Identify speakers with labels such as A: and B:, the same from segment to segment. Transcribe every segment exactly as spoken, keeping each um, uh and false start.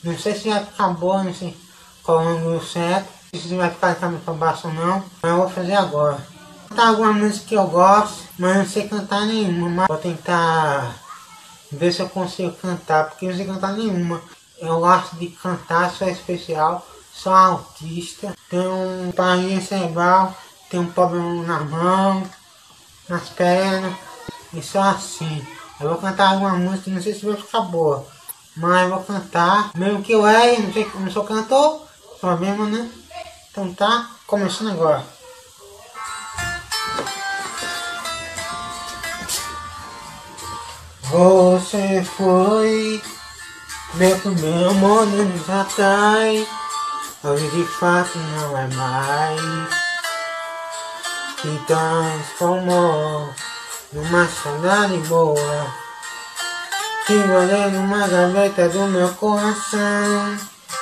A: Não sei se vai ficar boa, não sei qual o ângulo certo, se vai ficar de cabeça pra baixo ou não, mas eu vou fazer agora. Vou cantar alguma música que eu gosto, mas não sei cantar nenhuma, mas vou tentar ver se eu consigo cantar, porque eu não sei cantar nenhuma. Eu gosto de cantar, sou especial, sou autista, tenho um paralisia cerebral, tenho um problema na mão, nas pernas, e só assim. Eu vou cantar alguma música, não sei se vai ficar boa, mas eu vou cantar, mesmo que eu erre, não sei como sou cantor, problema, né? Então tá, começando agora. Você foi meu primeiro amor anos atrás, hoje de fato não é mais, se transformou numa saudade boa, que guardei numa gaveta do meu coração.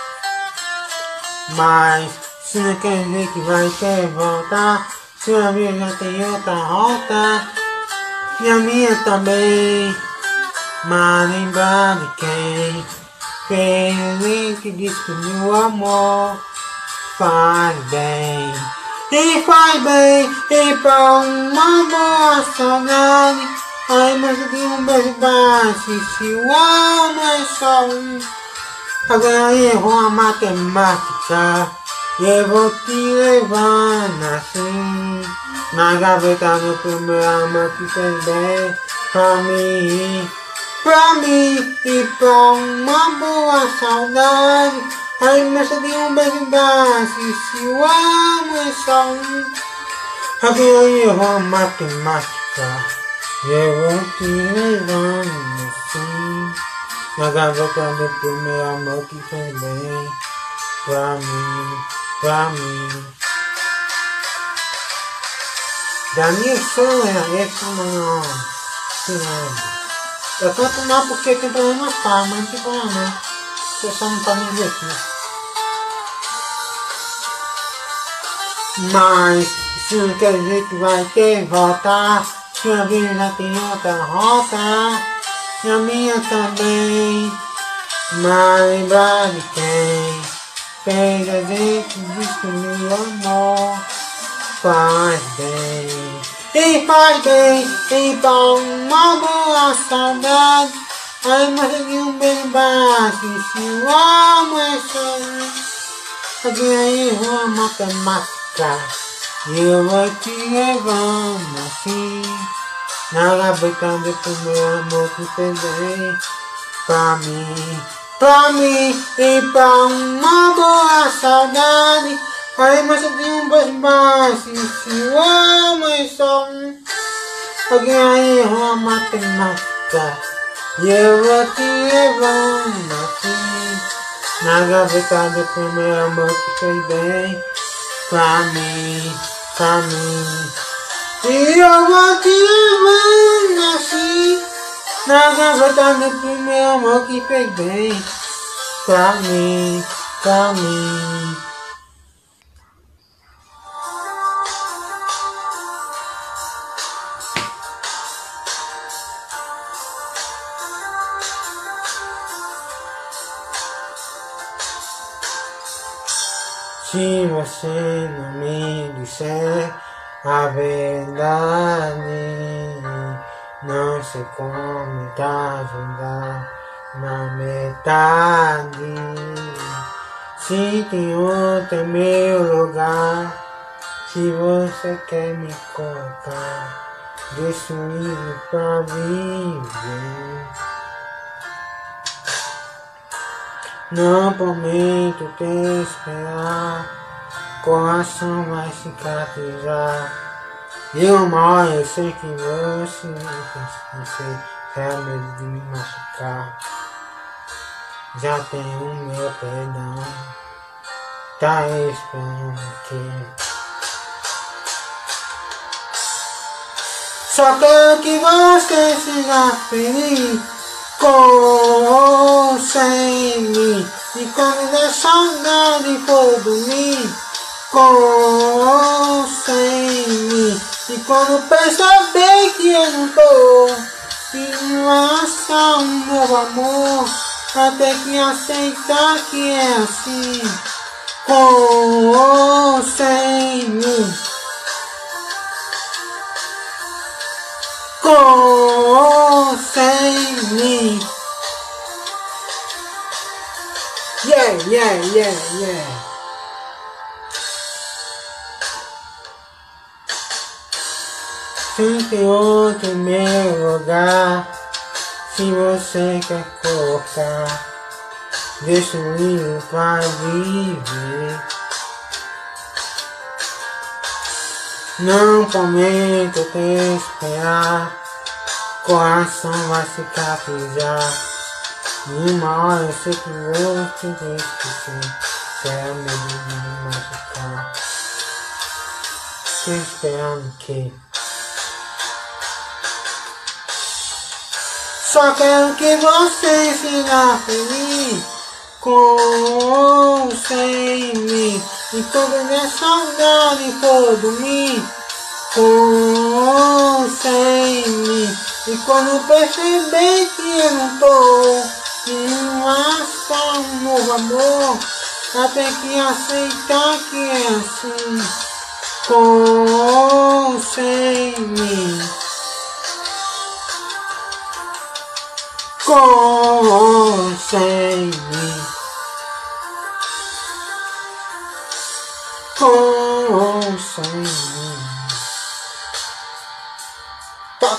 A: Mas se não quer dizer que vai ter volta, sua vida já tem outra rota, e a minha também. Mas lembrar de quem fez o link, diz que meu amor faz bem. E faz bem, e pra uma boa saudade, ai, mas eu tenho um beijo baixo, se o amor é só um. Agora errou a matemática, e eu vou te levando assim, na gaveta do primeiro amor que fez bem pra mim. Pra mim e pra uma boa saudade, ai, mas eu tenho um beijo baixo, se o amor é só um. Alguém errou a matemática, e eu vou te levando assim, na gaveta do primeiro amor que fez bem pra mim, pra mim. Danilson é esse o meu nome, se lembra. Eu canto mal porque tem problema na fala, mas não tem problema não. Você só não tá me divertindo. Mas se não quer dizer que vai ter volta, sua vida já tem outra rota, e a minha também. Mas lembrar de quem fez a gente diz que meu amor faz bem. E faz bem, e pra uma boa saudade, ai, mas eu tenho um beijo baixo, se o amor é só um. Alguém errou a matemática, e eu vou te levando assim, na gaveta do primeiro amor que fez bem pra mim, pra mim, e pra uma boa saudade, ai, mas eu tenho um beijo baixo, se o amor é só um. Alguém errou a matemática, e eu vou te levando assim, na gaveta do primeiro amor que fez bem pra mim, pra mim. E eu vou te levando assim, na gaveta do primeiro amor que fez bem pra mim, pra mim. Se você não me disser a verdade, não sei como te ajudar na metade. Se tem outro em meu lugar, se você quer me colocar, deixa um livro pra viver. Não prometo te esperar, coração vai cicatrizar. E uma hora eu sei que você você é medo de me machucar. Já tenho o meu perdão, tá esperando aqui. Só quero que você seja feliz com ou sem mim. E quando der saudade for dormir, com ou sem mim. E quando perceber que eu não tô, e não vai achar um novo amor, até que aceitar que é assim, com ou sem mim, com ou sem mim. Yeah, yeah, yeah, yeah. Sempre outro meu lugar, se você quer colocar, deixa o livro pra viver. Não prometo te esperar, coração vai cicatrizar. E uma hora eu sei que vou te esquecer, será medo de me machucar. Tô esperando que só quero que você seja feliz, com ou sem mim. E quando minha saudade for dormir, com ou sem mim. E quando perceber que eu não tô, e não acha um novo amor, até que aceitar que é assim, com ou sem mim. Com ou sem mim, com ou sem mim. Tá.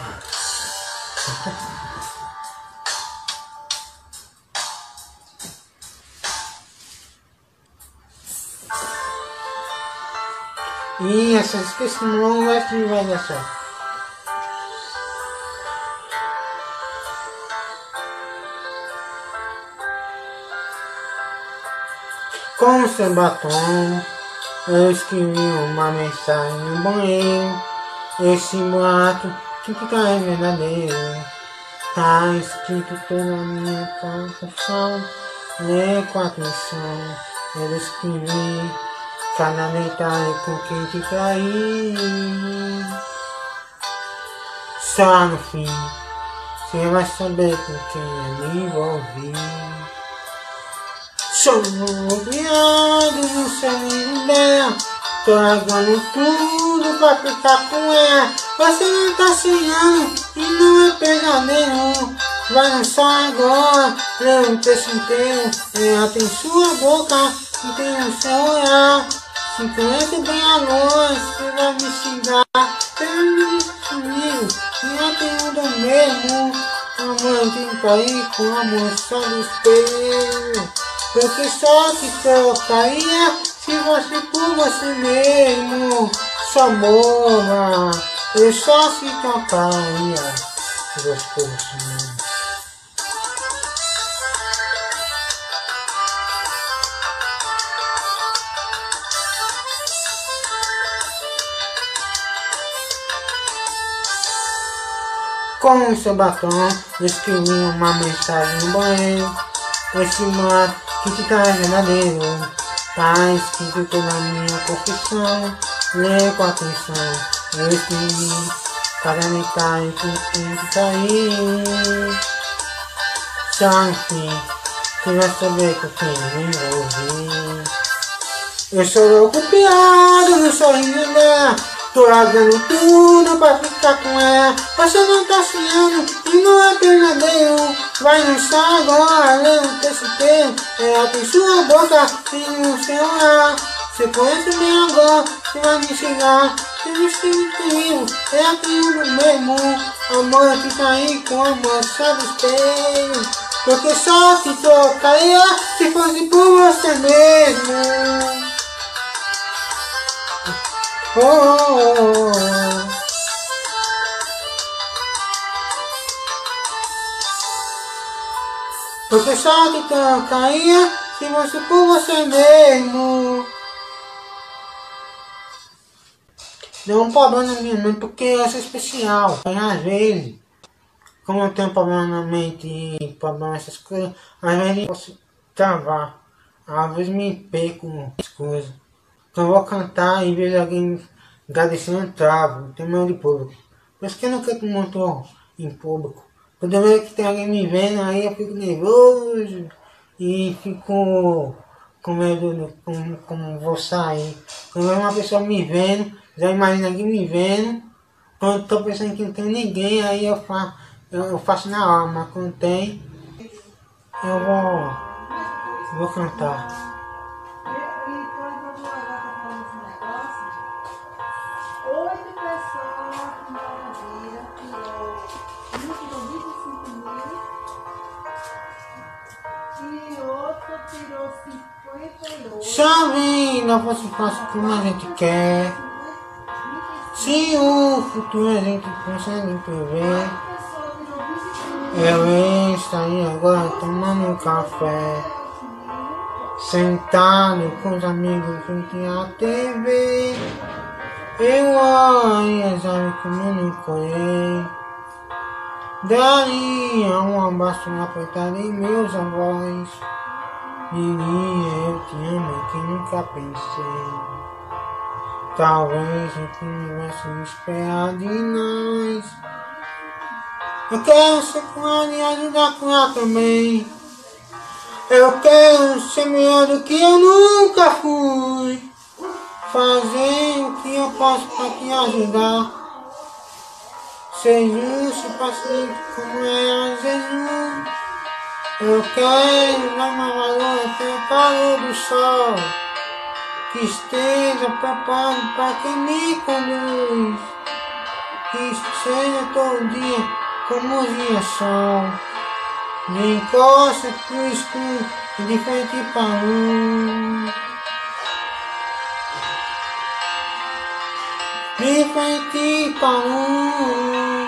A: Ih, essa esqueci não vai que vai dar certo. Com seu batom, eu escrevi uma mensagem no banheiro. Esse boato que fica é verdadeiro. Tá escrito toda a minha confusão. Lê com atenção, eu escrevi cada detalhe com quem te traí. Só no fim, você vai saber com quem eu me envolvi. Sou obrigado no seu ideia, tô largando tudo pra ficar com ela. Você não tá sonhando e não é pesadelo. Vai lançar agora, lê um texto inteiro. Ela tem sua boca e tem o seu olhar. Se conhece bem a luz, você vai me xingar. Termine comigo e eu tenho do mesmo. Amor, tem que cair com a moça do espelho. Porque só te trocaria se fosse por você mesmo. Só morra, eu só se trocaria se fosse por você mesmo. Com o seu batom, eu escrevi uma mensagem no banheiro. Esse mato que te traz verdadeiro, tá escrito toda a minha confissão. Lê com atenção, eu escrevi cada detalhe que tem que cair. Só no fim, você vai saber com quem me envolvi. Eu sou louco piado no sorriso dela, tô largando tudo pra ficar com ela. Você não tá sonhando e não é verdadeiro. Vai lançar agora, lê um texto inteiro. Ela tem sua boca e no seu olhar. Você conhece bem agora, você vai me ensinar. Se você me comigo, ela tem o mesmo. Amor que tá aí com a moça do espelho. Porque só te trocaria se fosse por você mesmo. Oh, oh, oh. Porque só te trocaria se fosse por você mesmo. Deu um problema na minha mente porque eu sou especial. E às vezes, como eu tenho problema na mente e problema nessas coisas, às vezes eu posso travar. Às vezes me perco nas coisas. Então eu vou cantar e vejo alguém agradecendo, eu travo, tenho medo de público. Por isso que eu não canto muito em público. Toda vez que tem alguém me vendo, aí eu fico nervoso e fico com medo de como, como vou sair. Quando é uma pessoa me vendo, já imagina alguém me vendo. Quando estou pensando que não tem ninguém, aí eu faço, eu, eu faço na hora, mas quando tem, eu vou, vou cantar.
B: Oito pessoas que maravilha, tirou vinte e cinco mil e outro tirou cinquenta e oito.
A: Só vem, não fosse fácil como a gente quer. Se o futuro a gente consegue prever, eu estaria agora tomando um café, sentado com os amigos frente à T V. Eu olho as aves que eu não colhei, daria um abraço apertado em meus avós. Diria eu te amo que nunca pensei. Talvez o que tivesse esperado de nós. Eu quero ser com ela e ajudar com ela também. Eu quero ser melhor do que eu nunca fui. Fazer o que eu posso para te ajudar. Ser justo e paciente como era Jesus. Eu quero dar uma valor pelo calor do sol. Que esteja preparado para quem me conduz. Que seja todo dia como o dia sol. De encosta pro escuro e de frente para luz. De frente para luz.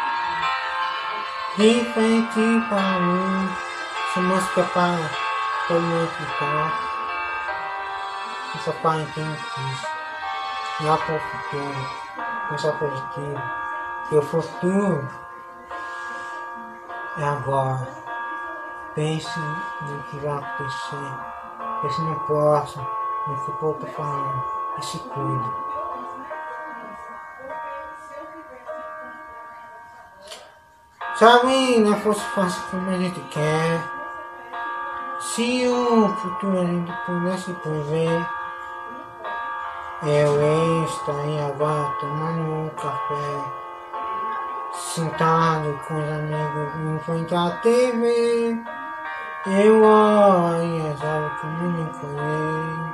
A: De frente para luz. Essa música é para todo mundo que tá. Essa pai entende isso. E olha para o futuro. Pensar positivo. Porque o futuro é agora. Pense no que vai acontecer. Pense no próximo. No que o povo está falando. E se cuide. Sabe, não fosse fácil como a gente quer. Se o futuro a gente pudesse prever, eu estaria agora tomando um café, sentado com os amigos em frente à T V. Eu olho as aves que eu não colhei,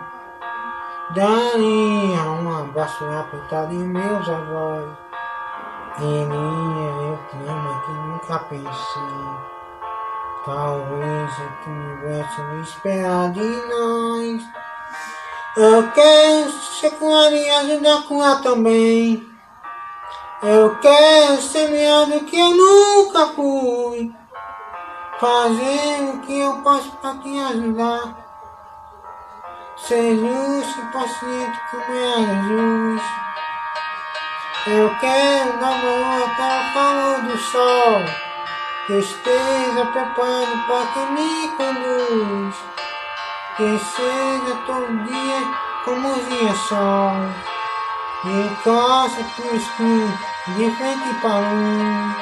A: daria um abraço apertado em meus avós. Diria eu te amo que nunca pensei. Talvez o que tivesse esperado de nós. Eu quero ser com ela e ajudar com ela também. Eu quero ser melhor do que eu nunca fui. Fazer o que eu posso para te ajudar. Ser justo e paciente como é Jesus. Eu quero dar valor até o calor do sol. Que esteja preparado para quem me conduz. Que seja todo dia como o dia sol. De encosta pro escuro, de frente para luz.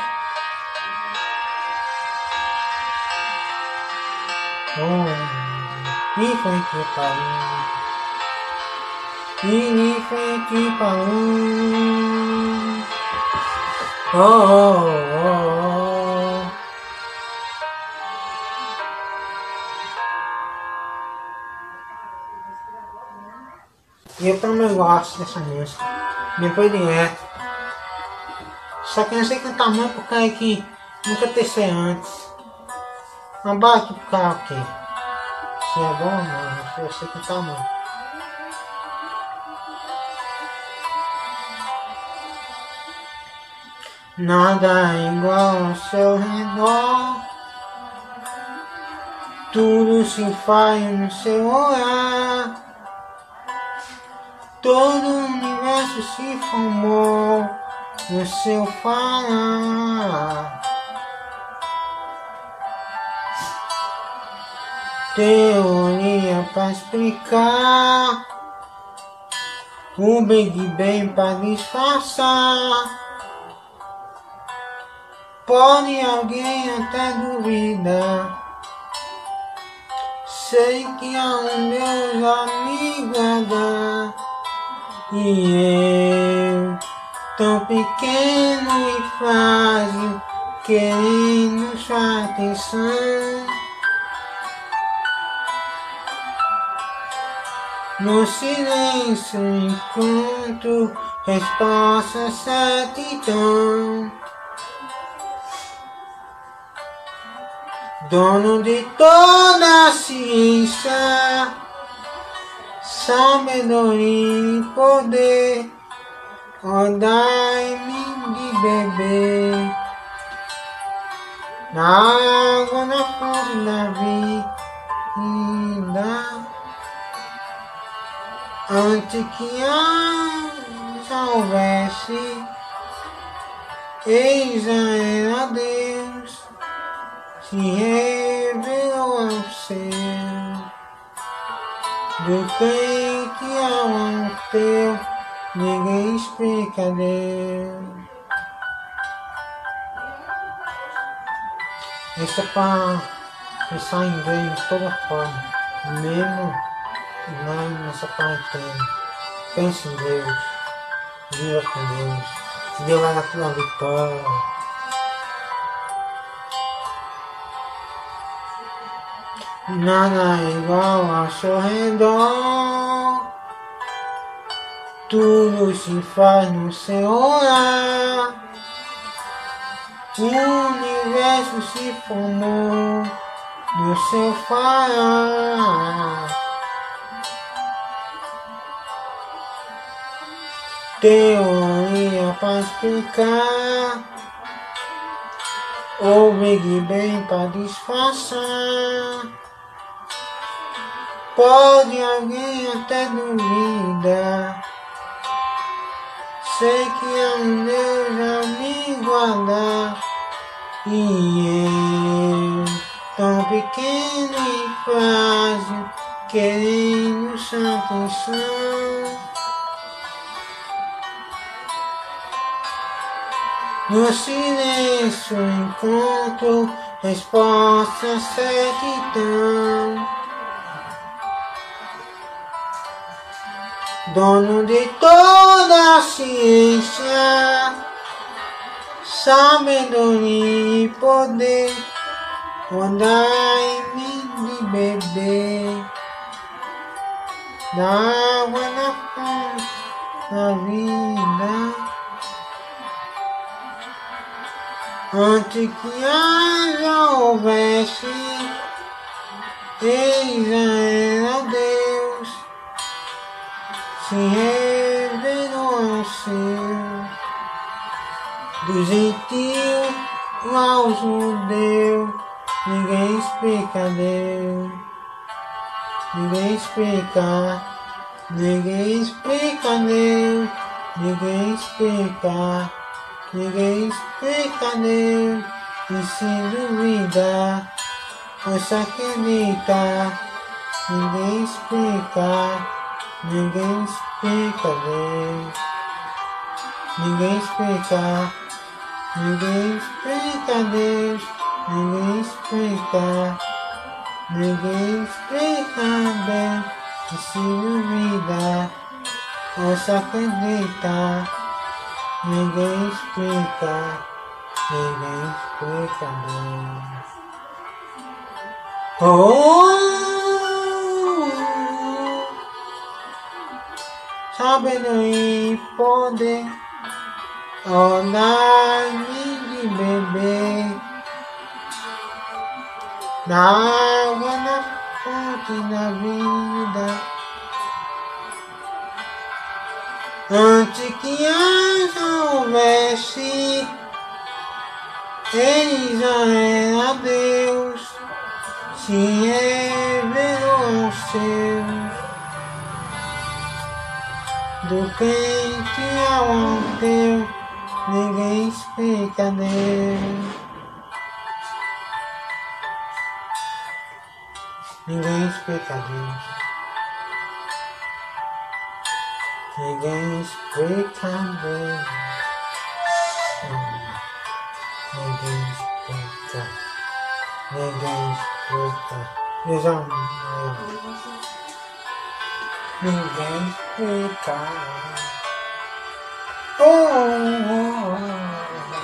A: Oh, de frente para luz. E de frente para luz. Oh, oh, oh, oh. E eu também gosto dessa música, bem predileto. Só que eu não sei cantar muito porque é que nunca testei antes. Mas bora aqui pro karaokê. Se é bom, mano, se eu sei cantar muito. Nada é igual ao seu redor. Tudo se faz no seu olhar. Todo o universo se formou no seu falar. Teoria pra explicar, o Big Bang pra disfarçar. Pode alguém até duvidar. Sei que há um Deus a me guardar. E eu, tão pequeno e frágil, querendo sua atenção. No silêncio encontro resposta certa então. Dono de toda a ciência, sabedoria e poder, ó dai-me de beber na água, na fonte da vida, antes que haja houvesse, eis já era Deus, se revelou ao céu, do crente ao ateu, ninguém explica Deus. Isso é para pensar em Deus de toda forma, mesmo não nessa quarentena. Pense em Deus, viva com Deus, Deus vai na tua vitória. Nada é igual ao seu redor, tudo se faz no seu olhar, o universo se formou no seu falar. Teoria para explicar, ou Big Bang para disfarçar. Pode alguém até duvidar, sei que há um Deus a me guardar. E eu, tão pequeno e frágil, querendo sua atenção. No silêncio encontro resposta certa então. Dono de toda a ciência, sabedoria e poder, ó dai-me de beber da água na fonte da vida, antes que haja houvesse, eis já era Deus, se revelou ao céu, do gentil ao judeu, ninguém explica Deus, ninguém explica, ninguém explica Deus, ninguém explica, ninguém explica Deus, e se duvida, você acredita, ninguém explica. Ninguém explica Deus, ninguém explica, ninguém explica Deus, ninguém explica, ninguém explica Deus, e se duvida, ou se acredita, ninguém explica, ninguém explica Deus. Oh! Sabedoria e poder, ó dai-me de beber da água na fonte da vida, antes que haja houvesse, ele já era Deus, se revelou ao céu, do crente ao ateu, ninguém explica Deus, ninguém explica Deus, ninguém explica Deus. ninguém escuta, ninguém escuta, eu já morro, ninguém escuta. Oh, oh, oh.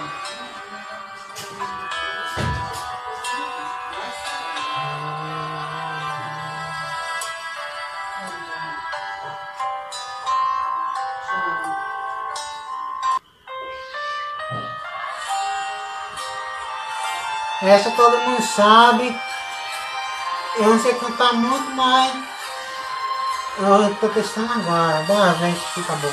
A: Essa todo mundo sabe. Eu não sei cantar muito, mas eu tô testando agora. Bora ver se fica bom.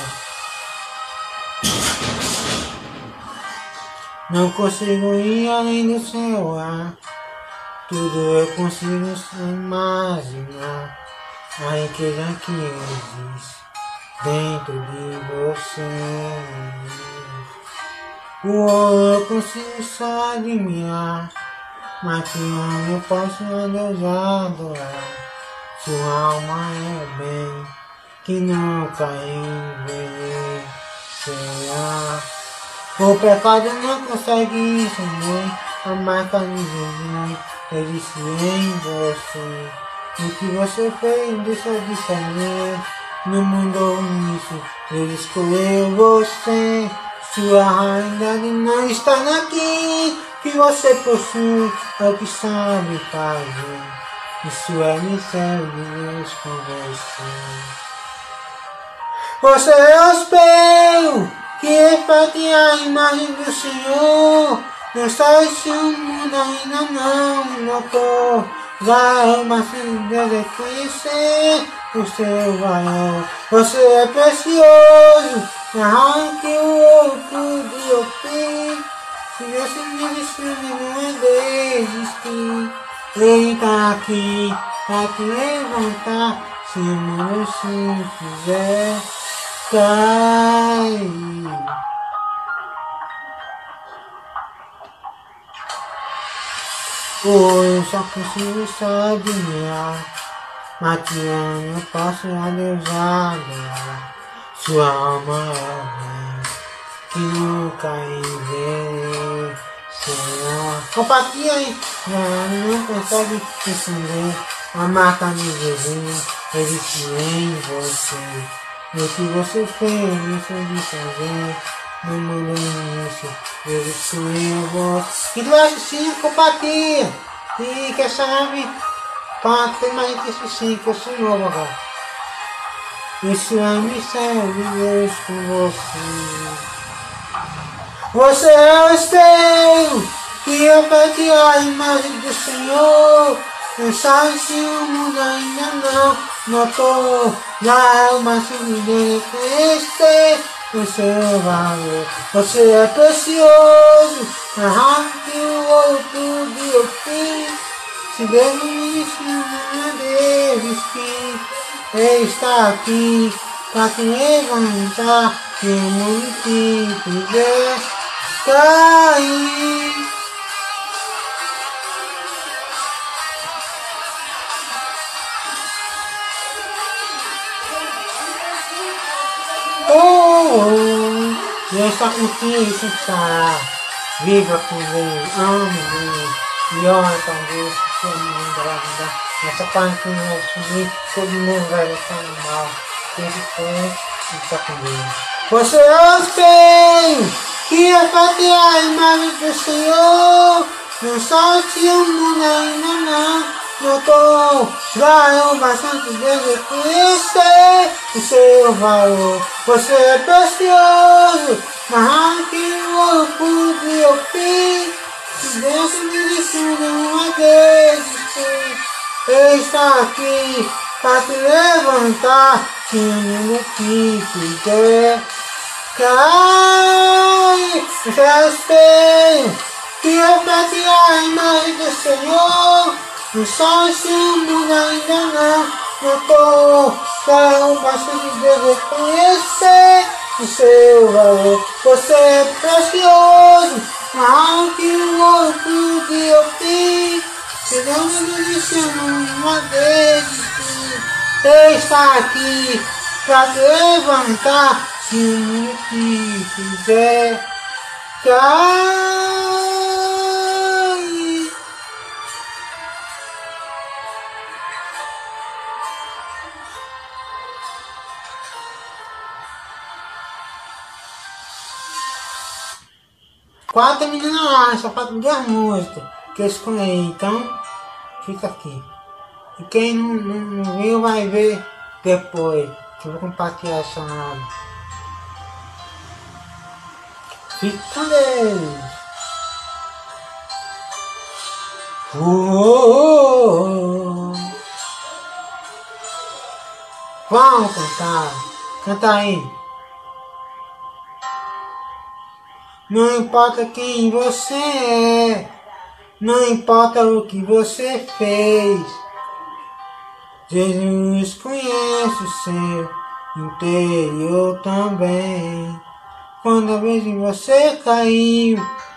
A: Não consigo ir além do seu ar. Tudo eu consigo imaginar. A riqueza que existe dentro de você. O ouro eu consigo só admirar. Mas que eu posso a Deus adorar. Sua alma é o bem que nunca envelhecerá. O pecado não consegue esconder a marca de Jesus. Existe em você. O que você fez deixa de saber. No mundo isso, Ele escolheu você. Sua realidade não está naquilo que você possui, é o que sabe fazer. Isso é missão de Deus com você. Você é o espelho que reflete a imagem do Senhor. Não sai se o mundo ainda não notou. Vai, mas se Deus é conhecer o seu valor. Você é precioso, mais que o ouro de Ofir. Se Deus se desistir, não é desistir. Ele tá aqui pra te levantar. Se o mundo se quiser cair. Hoje eu só consigo só admirar. Matiano, eu posso a Deus adorar. Sua alma é bem que nunca envelhecerá. Compartilha aí. Não consegue esconder a marca de Jesus. Existe em você. O que você fez, isso de fazer. No mundo início, Deus escolheu você. E tu assistir, compartilha. E quer saber? Para ter mais gente assistir, que eu sou novo agora. Isso é missão de Deus com você. Você é o espelho que reflete a imagem do Senhor. Não sabe se o mundo ainda não notou. Já é uma subida conhecer o seu valor. Você é precioso, mais que o ouro de Ofir. Se Deus me ensina a desistir, Ele está aqui para te levantar. Se o mundo te quiser cair. Oh, oh, Deus está contigo, você está viva com Deus, ame Deus, e ora com Deus, que todo mundo vai ajudar. Nessa quarentena vai subir, todo mundo vai voltar no mal. Desde que está com Deus. Você é o espelho que reflete a imagem do Senhor. Não só se o mundo ainda não notou. Ganhou bastante Deus reconhecer o seu valor. Você é precioso, mais que o ouro de Ofir. Se Deus me disse não é desistir, Ele está aqui para te levantar. Se o mundo te quiser cair. Você é o espelho que reflete a imagem do Senhor. Não só se o mundo ainda não notou. Quero bastante Deus reconhecer o seu valor. Você é precioso, mais que o ouro de Ofir. Se Deus me disse uma desistir, Ele está aqui para te levantar. Se o mundo te quiser cair. quase terminando lá, só faltam duas músicas que eu escolhi, então fica aqui. E quem não, não, não viu vai ver depois, que eu vou compartilhar essa nova. Fica com Deus! Oh, vamos cantar, canta aí. Não importa quem você é, não importa o que você fez, Jesus conhece o seu interior também. Quando a vez você caiu,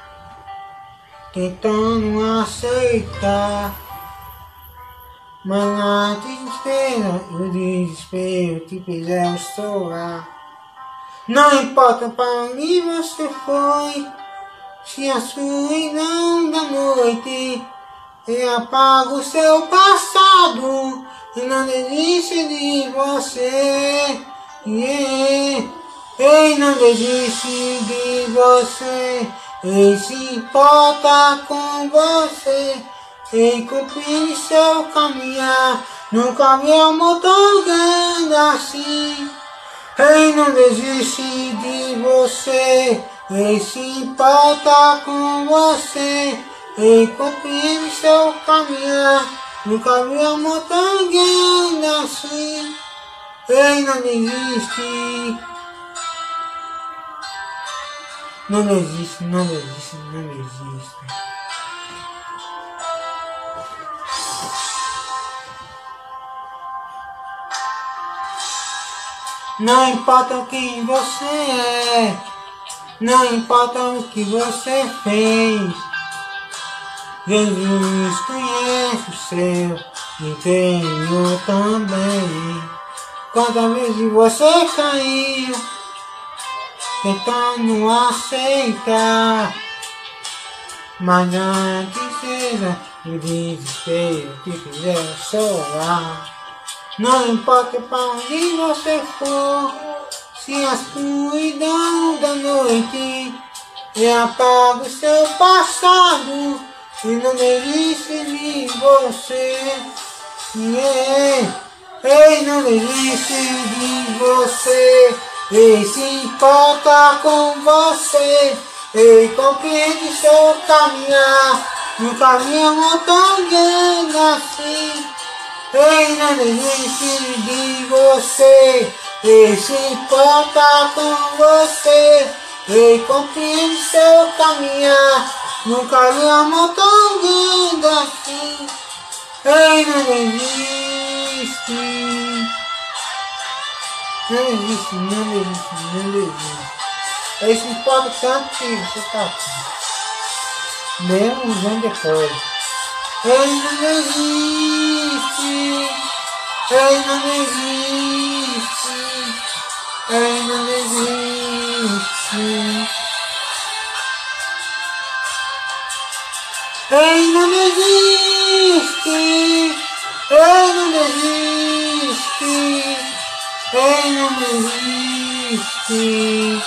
A: tentando aceitar, mas na tristeza e o desespero te fizeram chorar. Não importa para onde você foi, se a solidão da noite apaga o seu passado e não desiste de você. Yeah. Ei, não desiste de você. Ele se importa com você, Ele compreende seu caminhar. Nunca vi amor tão grande assim. Ele não desiste de você, Ele se importa com você, Ele compreende seu caminhar. Nunca vi amor tão grande assim. Ele não desiste. Não desiste, não desiste, não desiste. Não importa quem você é, não importa o que você fez, Jesus conhece o seu interior também. Quantas vezes você caiu, tentando aceitar, mas antes seja o desespero que fizer chorar. Não importa para onde você for, se a escuridão da noite apaga o seu passado e não desiste de você. Yeah. Ele não desiste de você. Ele se importa com você, Ele compreende seu caminhar. Nunca vi amor tão grande assim. Ele não desiste de você, Ele se importa com você, Ele compreende seu caminhar. Nunca vi amor tão grande assim. Ele não desiste. Não existe, não existe, não existe. Ele se importa tanto que você está aqui, mesmo uns anos depois. Ele não existe, ele não existe, ele não existe. Ele não existe, ele não existe. Ele não desiste.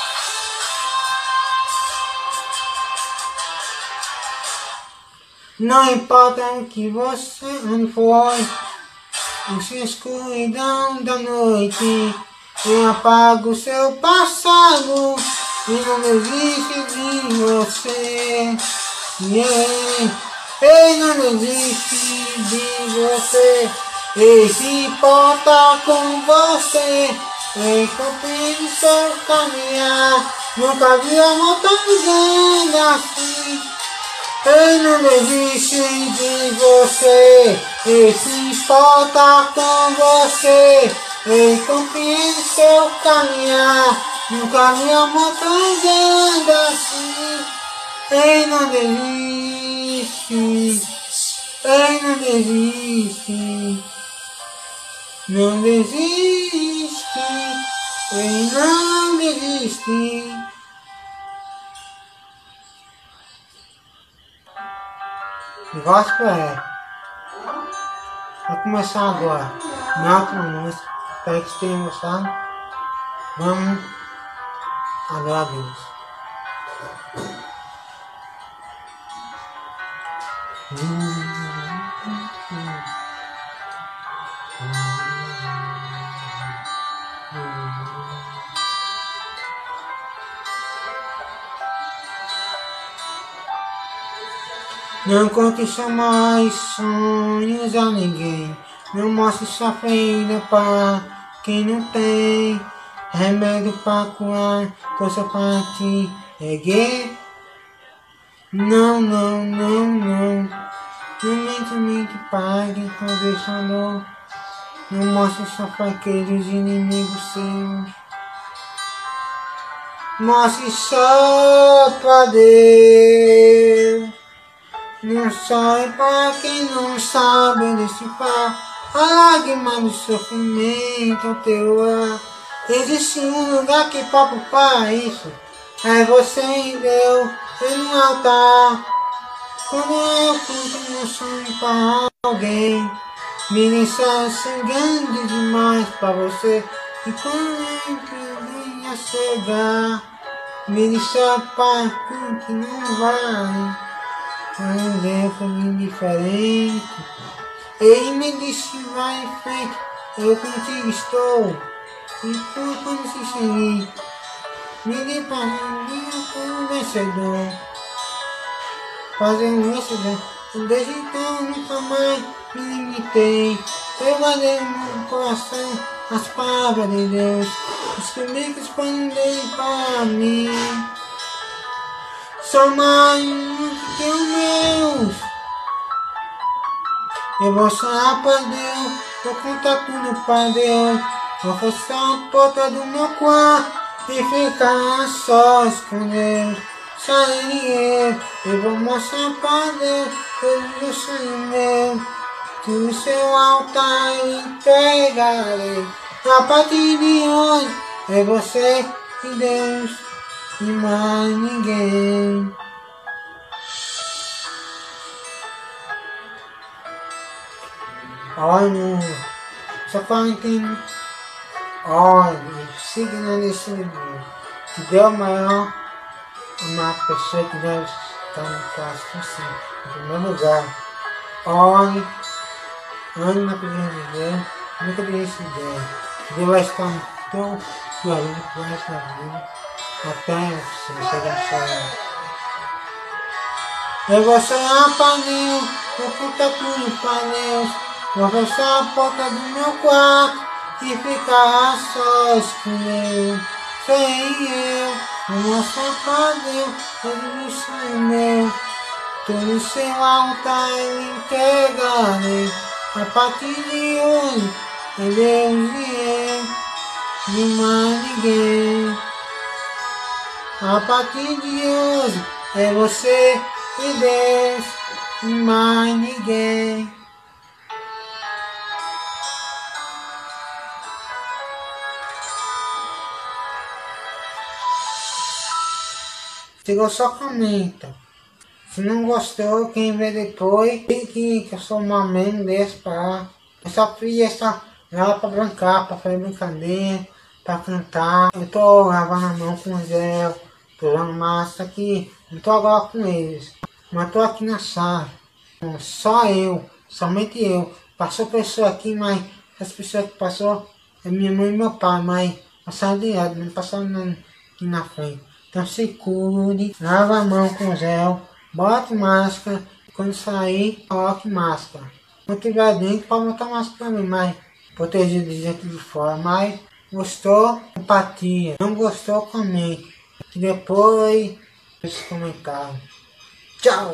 A: Não importa o que você onde foi, se a escuridão da noite apaga o seu passado e não desiste de você. Yeah. Ele não desiste de você. Ele se importa com você, Ele compreende seu caminhar. Nunca vi amor tão grande assim. Ele não desiste de você, Ele se importa com você, Ele compreende seu caminhar. Nunca vi amor tão grande assim. Ele não desiste, Ele não desiste. Não desiste, Ele não desiste. Gospel é. Vai começar agora. Na outra música. Espero que vocês tenham gostado. Vamos adorar a Deus. Não conte mais sonhos a ninguém. Não mostre sua ferida pra quem não tem remédio pra curar, força pra te erguer. Não, não, não, não. Não mente, mente, pague, conversador. Não mostre sua fraqueza aos inimigos seus. Mostre só pra Deus. Não sai pra quem não sabe decifrar a lágrima do sofrimento ao teu ar. Existe um lugar que papo para isso. É você e Deus e no altar. Quando eu conto meu sonho para alguém, me deixa sangrando demais pra você. E quando eu venha chegar, me deixa pra que não vai. Quando eu fui indiferente, ele me disse vai em frente, eu contigo estou. E foi quando se cheguei, me dei pra mim, eu fui um vencedor. Fazer um vencedor, desde então nunca mais me limitei. Eu guardei no meu coração as palavras de Deus, escrevi que expandei para mim. São mais que os meus. Eu vou chorar pra Deus, vou contar tudo pra Deus. Vou fechar a porta do meu quarto e ficar sós com Deus. Só ele e eu, eu vou mostrar pra Deus todo o sonho meu. Que o seu altar eu entregarei. A partir de hoje é você e Deus e mais ninguém. Olha, essa quarentena, olha, siga nesse livro. Que Deus maior, uma pessoa que deve estar no coração, sim, em primeiro lugar. Olhe, ande na presença de Deus, nunca deixe de Deus. Deus vai estar no teu caminho pro resto da vida, até você chegar a chorar. Eu vou chorar pra Deus, vou contar tudo pra Deus. Vou fechar a porta do meu quarto e ficar a sós com Deus. Sem eu, vou mostrar pra Deus todo o sonho meu. Todo o seu altar eu entregarei. A partir de hoje é Deus e eu, e mais ninguém. A partir de hoje é você e Deus, e mais ninguém. Se gostou, comenta. Se não gostou, quem vê depois, que, que eu sou uma mesmo desse pra... Eu só fiz essa lá pra brincar, pra fazer brincadeira, pra cantar. Eu tô lavando a mão com o gel, tô usando máscara aqui. Não tô agora com eles, mas tô aqui na sala. Só eu, somente eu. Passou pessoa aqui, mas as pessoas que passou é minha mãe e meu pai, mas passaram direto, não passaram aqui na frente. Então se cuide, lava a mão com gel, bote máscara, quando sair, coloque máscara. Quando tiver dentro, pode botar máscara também, mas protegido de dentro de fora. Mas gostou, empatia. Não gostou, comente. E depois, esse comentário. Tchau!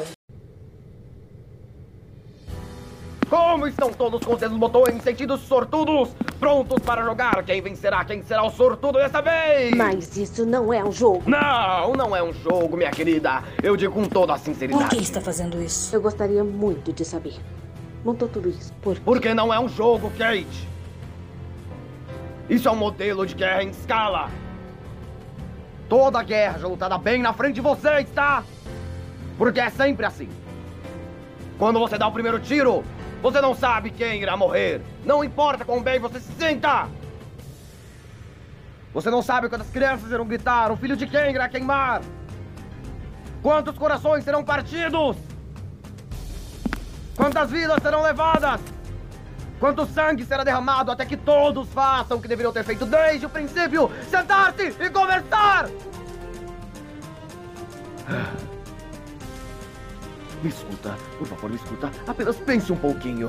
C: Como estão todos com os dedos botões, sentidos sortudos, prontos para jogar? Quem vencerá? Quem será o sortudo dessa vez?
D: Mas isso não é um jogo.
C: Não, não é um jogo, minha querida. Eu digo com toda a sinceridade.
E: Por que está fazendo isso?
D: Eu gostaria muito de saber. Montou tudo isso por quê?
C: Porque não é um jogo, Kate. Isso é um modelo de guerra em escala. Toda guerra já lutada bem na frente de vocês, tá? Porque é sempre assim. Quando você dá o primeiro tiro, você não sabe quem irá morrer. Não importa quão bem você se sinta. Você não sabe quantas crianças irão gritar, o filho de quem irá queimar. Quantos corações serão partidos. Quantas vidas serão levadas. Quanto sangue será derramado até que todos façam o que deveriam ter feito desde o princípio. Sentar-se e conversar. Me escuta, por favor, me escuta. Apenas pense um pouquinho.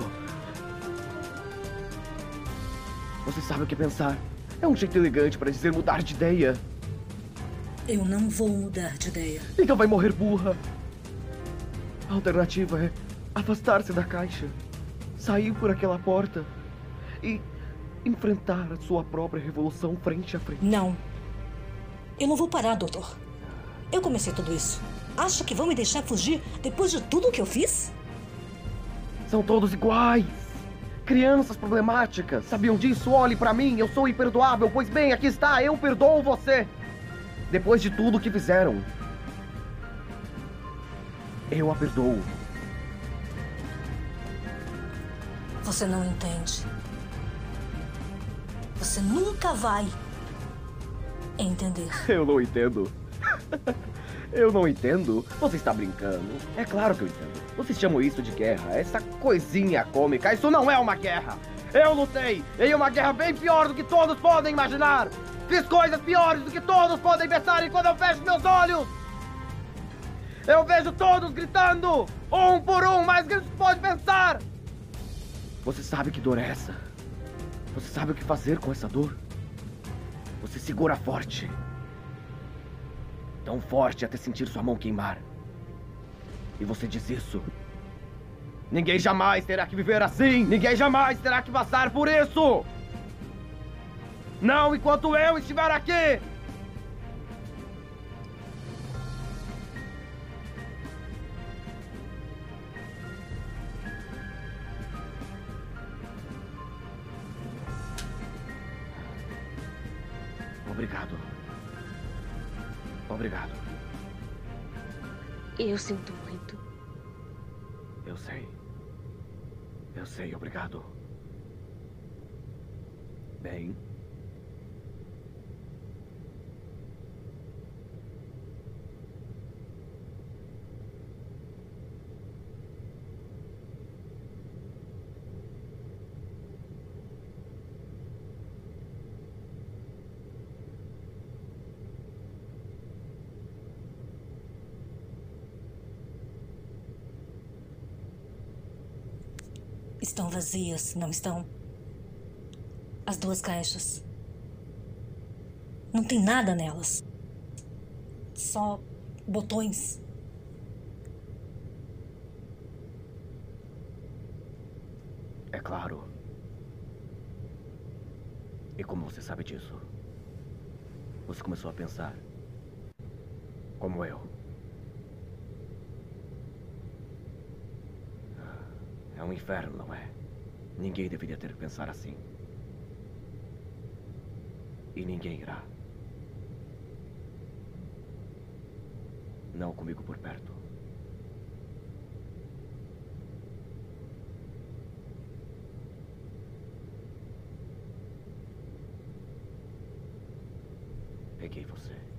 C: Você sabe o que pensar. É um jeito elegante para dizer mudar de ideia.
E: Eu não vou mudar de ideia.
C: Então vai morrer burra. A alternativa é afastar-se da caixa, sair por aquela porta e enfrentar a sua própria revolução frente a frente.
E: Não. Eu não vou parar, doutor. Eu comecei tudo isso. Acha que vão me deixar fugir depois de tudo que eu fiz?
C: São todos iguais. Crianças problemáticas. Sabiam disso? Olhe pra mim, eu sou imperdoável. Pois bem, aqui está, eu perdoo você. Depois de tudo que fizeram, eu a perdoo.
E: Você não entende. Você nunca vai entender.
C: Eu não entendo. Eu não entendo? Você está brincando? É claro que eu entendo. Vocês chamam isso de guerra, essa coisinha cômica. Isso não é uma guerra. Eu lutei em uma guerra bem pior do que todos podem imaginar. Fiz coisas piores do que todos podem pensar, e quando eu fecho meus olhos, eu vejo todos gritando, um por um, mais que você pode pensar. Você sabe que dor é essa? Você sabe o que fazer com essa dor? Você segura forte. Tão forte até sentir sua mão queimar. E você diz isso. Ninguém jamais terá que viver assim. Ninguém jamais terá que passar por isso. Não enquanto eu estiver aqui. Obrigado. Obrigado.
D: Eu sinto muito.
C: Eu sei. Eu sei, obrigado. Bem.
E: Estão vazias, não estão? As duas caixas. Não tem nada nelas. Só botões.
C: É claro. E como você sabe disso? Você começou a pensar como eu. É um inferno, não é? Ninguém deveria ter que pensar assim. E ninguém irá. Não comigo por perto. Peguei você.